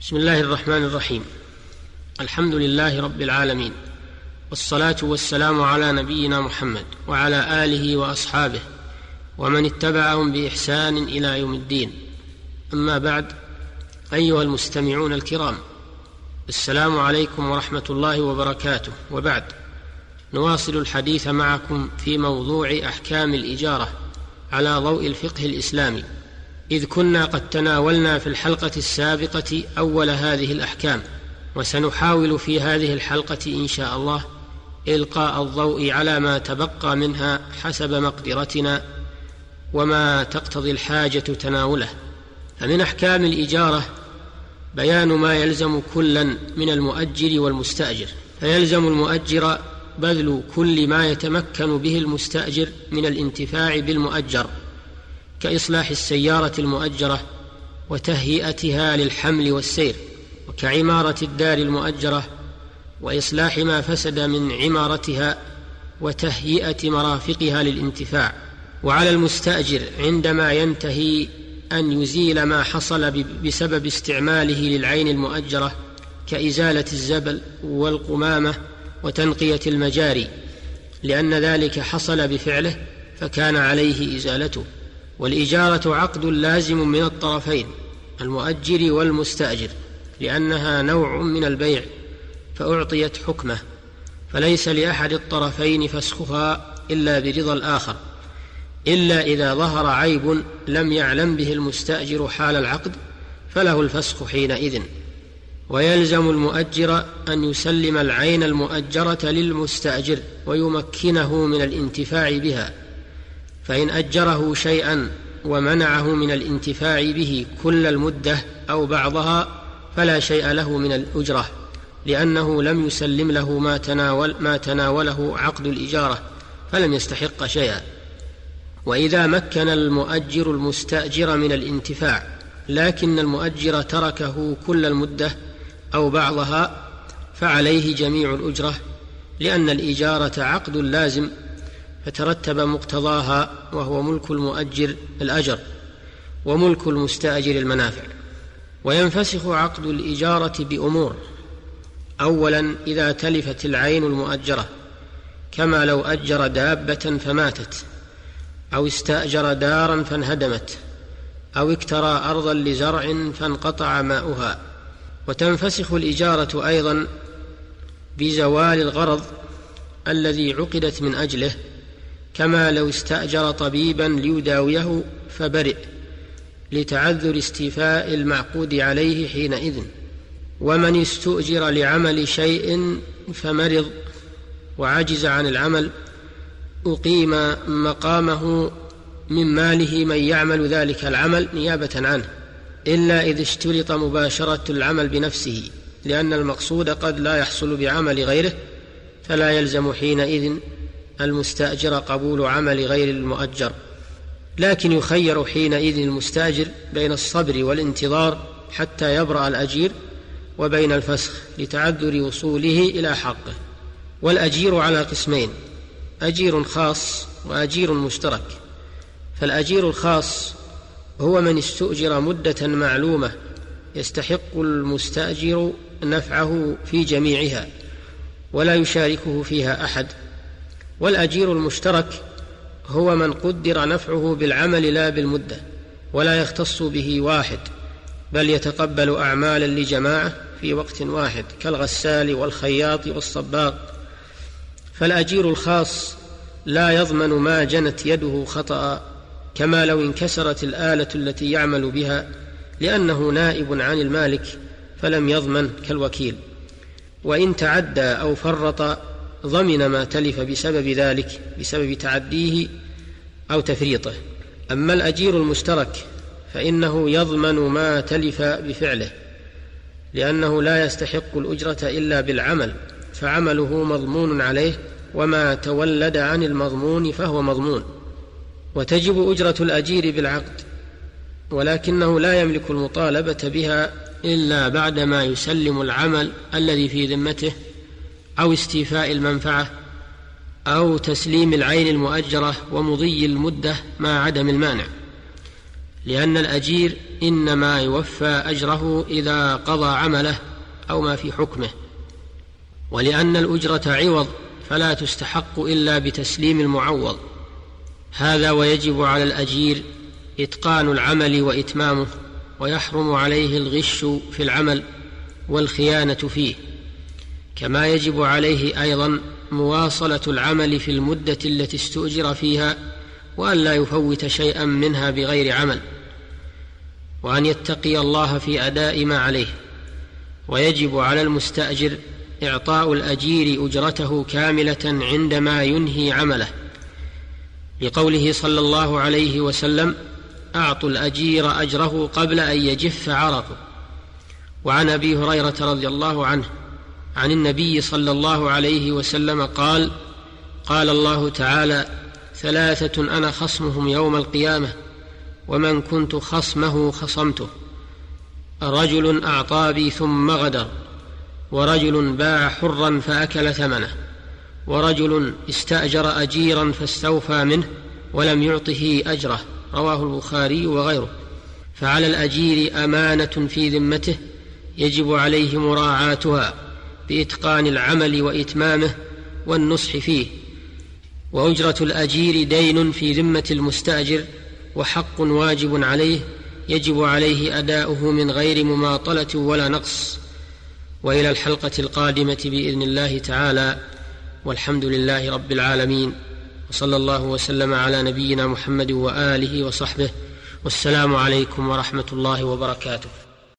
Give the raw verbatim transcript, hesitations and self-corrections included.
بسم الله الرحمن الرحيم. الحمد لله رب العالمين، والصلاة والسلام على نبينا محمد وعلى آله وأصحابه ومن اتبعهم بإحسان إلى يوم الدين. أما بعد، أيها المستمعون الكرام، السلام عليكم ورحمة الله وبركاته. وبعد، نواصل الحديث معكم في موضوع أحكام الإجارة على ضوء الفقه الإسلامي، إذ كنا قد تناولنا في الحلقة السابقة أول هذه الأحكام، وسنحاول في هذه الحلقة إن شاء الله إلقاء الضوء على ما تبقى منها حسب مقدرتنا وما تقتضي الحاجة تناوله. فمن أحكام الإجارة بيان ما يلزم كلا من المؤجر والمستأجر، فيلزم المؤجر بذل كل ما يتمكن به المستأجر من الانتفاع بالمؤجر، كإصلاح السيارة المؤجرة وتهيئتها للحمل والسير، وكعمارة الدار المؤجرة وإصلاح ما فسد من عمارتها وتهيئة مرافقها للانتفاع. وعلى المستأجر عندما ينتهي أن يزيل ما حصل بسبب استعماله للعين المؤجرة، كإزالة الزبل والقمامة وتنقية المجاري، لأن ذلك حصل بفعله فكان عليه إزالته. والإجارة عقد لازم من الطرفين المؤجر والمستأجر، لأنها نوع من البيع فأعطيت حكمه، فليس لأحد الطرفين فسخها إلا برضا الآخر، إلا إذا ظهر عيب لم يعلم به المستأجر حال العقد فله الفسخ حينئذ. ويلزم المؤجر أن يسلم العين المؤجرة للمستأجر ويمكنه من الانتفاع بها، فإن أجره شيئا ومنعه من الانتفاع به كل المدة أو بعضها فلا شيء له من الأجرة، لأنه لم يسلم له ما تناول ما تناوله عقد الإجارة فلم يستحق شيئا. وإذا مكن المؤجر المستأجر من الانتفاع لكن المؤجر تركه كل المدة أو بعضها فعليه جميع الأجرة، لأن الإجارة عقد لازم فترتب مقتضاها، وهو ملك المؤجر الأجر وملك المستأجر المنافع. وينفسخ عقد الإجارة بأمور: أولا، إذا تلفت العين المؤجرة، كما لو أجر دابة فماتت، أو استأجر دارا فانهدمت، أو اكترى أرضا لزرع فانقطع ماؤها. وتنفسخ الإجارة أيضا بزوال الغرض الذي عقدت من أجله، كما لو استأجر طبيبا ليداويه فبرئ لتعذر استيفاء المعقود عليه حينئذ. ومن استؤجر لعمل شيء فمرض وعجز عن العمل أقيم مقامه من ماله من يعمل ذلك العمل نيابة عنه، إلا إذ اشترط مباشرة العمل بنفسه، لأن المقصود قد لا يحصل بعمل غيره، فلا يلزم حينئذ المستأجر قبول عمل غير المؤجر، لكن يخير حينئذ المستأجر بين الصبر والانتظار حتى يبرأ الأجير، وبين الفسخ لتعذر وصوله إلى حقه. والأجير على قسمين: أجير خاص وأجير مشترك. فالأجير الخاص هو من استؤجر مدة معلومة يستحق المستأجر نفعه في جميعها ولا يشاركه فيها أحد. والأجير المشترك هو من قدر نفعه بالعمل لا بالمدة، ولا يختص به واحد، بل يتقبل أعمالا لجماعة في وقت واحد، كالغسال والخياط والصباغ. فالأجير الخاص لا يضمن ما جنت يده خطأ، كما لو انكسرت الآلة التي يعمل بها، لأنه نائب عن المالك فلم يضمن كالوكيل. وإن تعدى أو فرط ضمن ما تلف بسبب ذلك، بسبب تعديه أو تفريطه. أما الأجير المشترك فإنه يضمن ما تلف بفعله، لأنه لا يستحق الأجرة إلا بالعمل، فعمله مضمون عليه، وما تولد عن المضمون فهو مضمون. وتجب أجرة الأجير بالعقد، ولكنه لا يملك المطالبة بها إلا بعدما يسلم العمل الذي في ذمته، أو استيفاء المنفعة، أو تسليم العين المؤجرة ومضي المدة مع عدم المانع. لأن الأجير إنما يوفى أجره إذا قضى عمله أو ما في حكمه، ولأن الأجرة عوض فلا تستحق إلا بتسليم المعوض. هذا ويجب على الأجير إتقان العمل وإتمامه، ويحرم عليه الغش في العمل والخيانة فيه، كما يجب عليه أيضا مواصلة العمل في المدة التي استؤجر فيها، وأن لا يفوت شيئا منها بغير عمل، وأن يتقي الله في أداء ما عليه. ويجب على المستأجر إعطاء الأجير أجرته كاملة عندما ينهي عمله، لقوله صلى الله عليه وسلم: أعطوا الأجير أجره قبل أن يجف عرقه. وعن أبي هريرة رضي الله عنه عن النبي صلى الله عليه وسلم قال: قال الله تعالى: ثلاثة أنا خصمهم يوم القيامة، ومن كنت خصمه خصمته: رجل أعطى بي ثم غدر، ورجل باع حرا فأكل ثمنه، ورجل استأجر أجيرا فاستوفى منه ولم يعطه أجره. رواه البخاري وغيره. فعلى الأجير أمانة في ذمته يجب عليه مراعاتها بإتقان العمل وإتمامه والنصح فيه. وأجرة الأجير دين في ذمة المستأجر، وحق واجب عليه يجب عليه أداؤه من غير مماطلة ولا نقص. وإلى الحلقة القادمة بإذن الله تعالى، والحمد لله رب العالمين، وصلى الله وسلم على نبينا محمد وآله وصحبه، والسلام عليكم ورحمة الله وبركاته.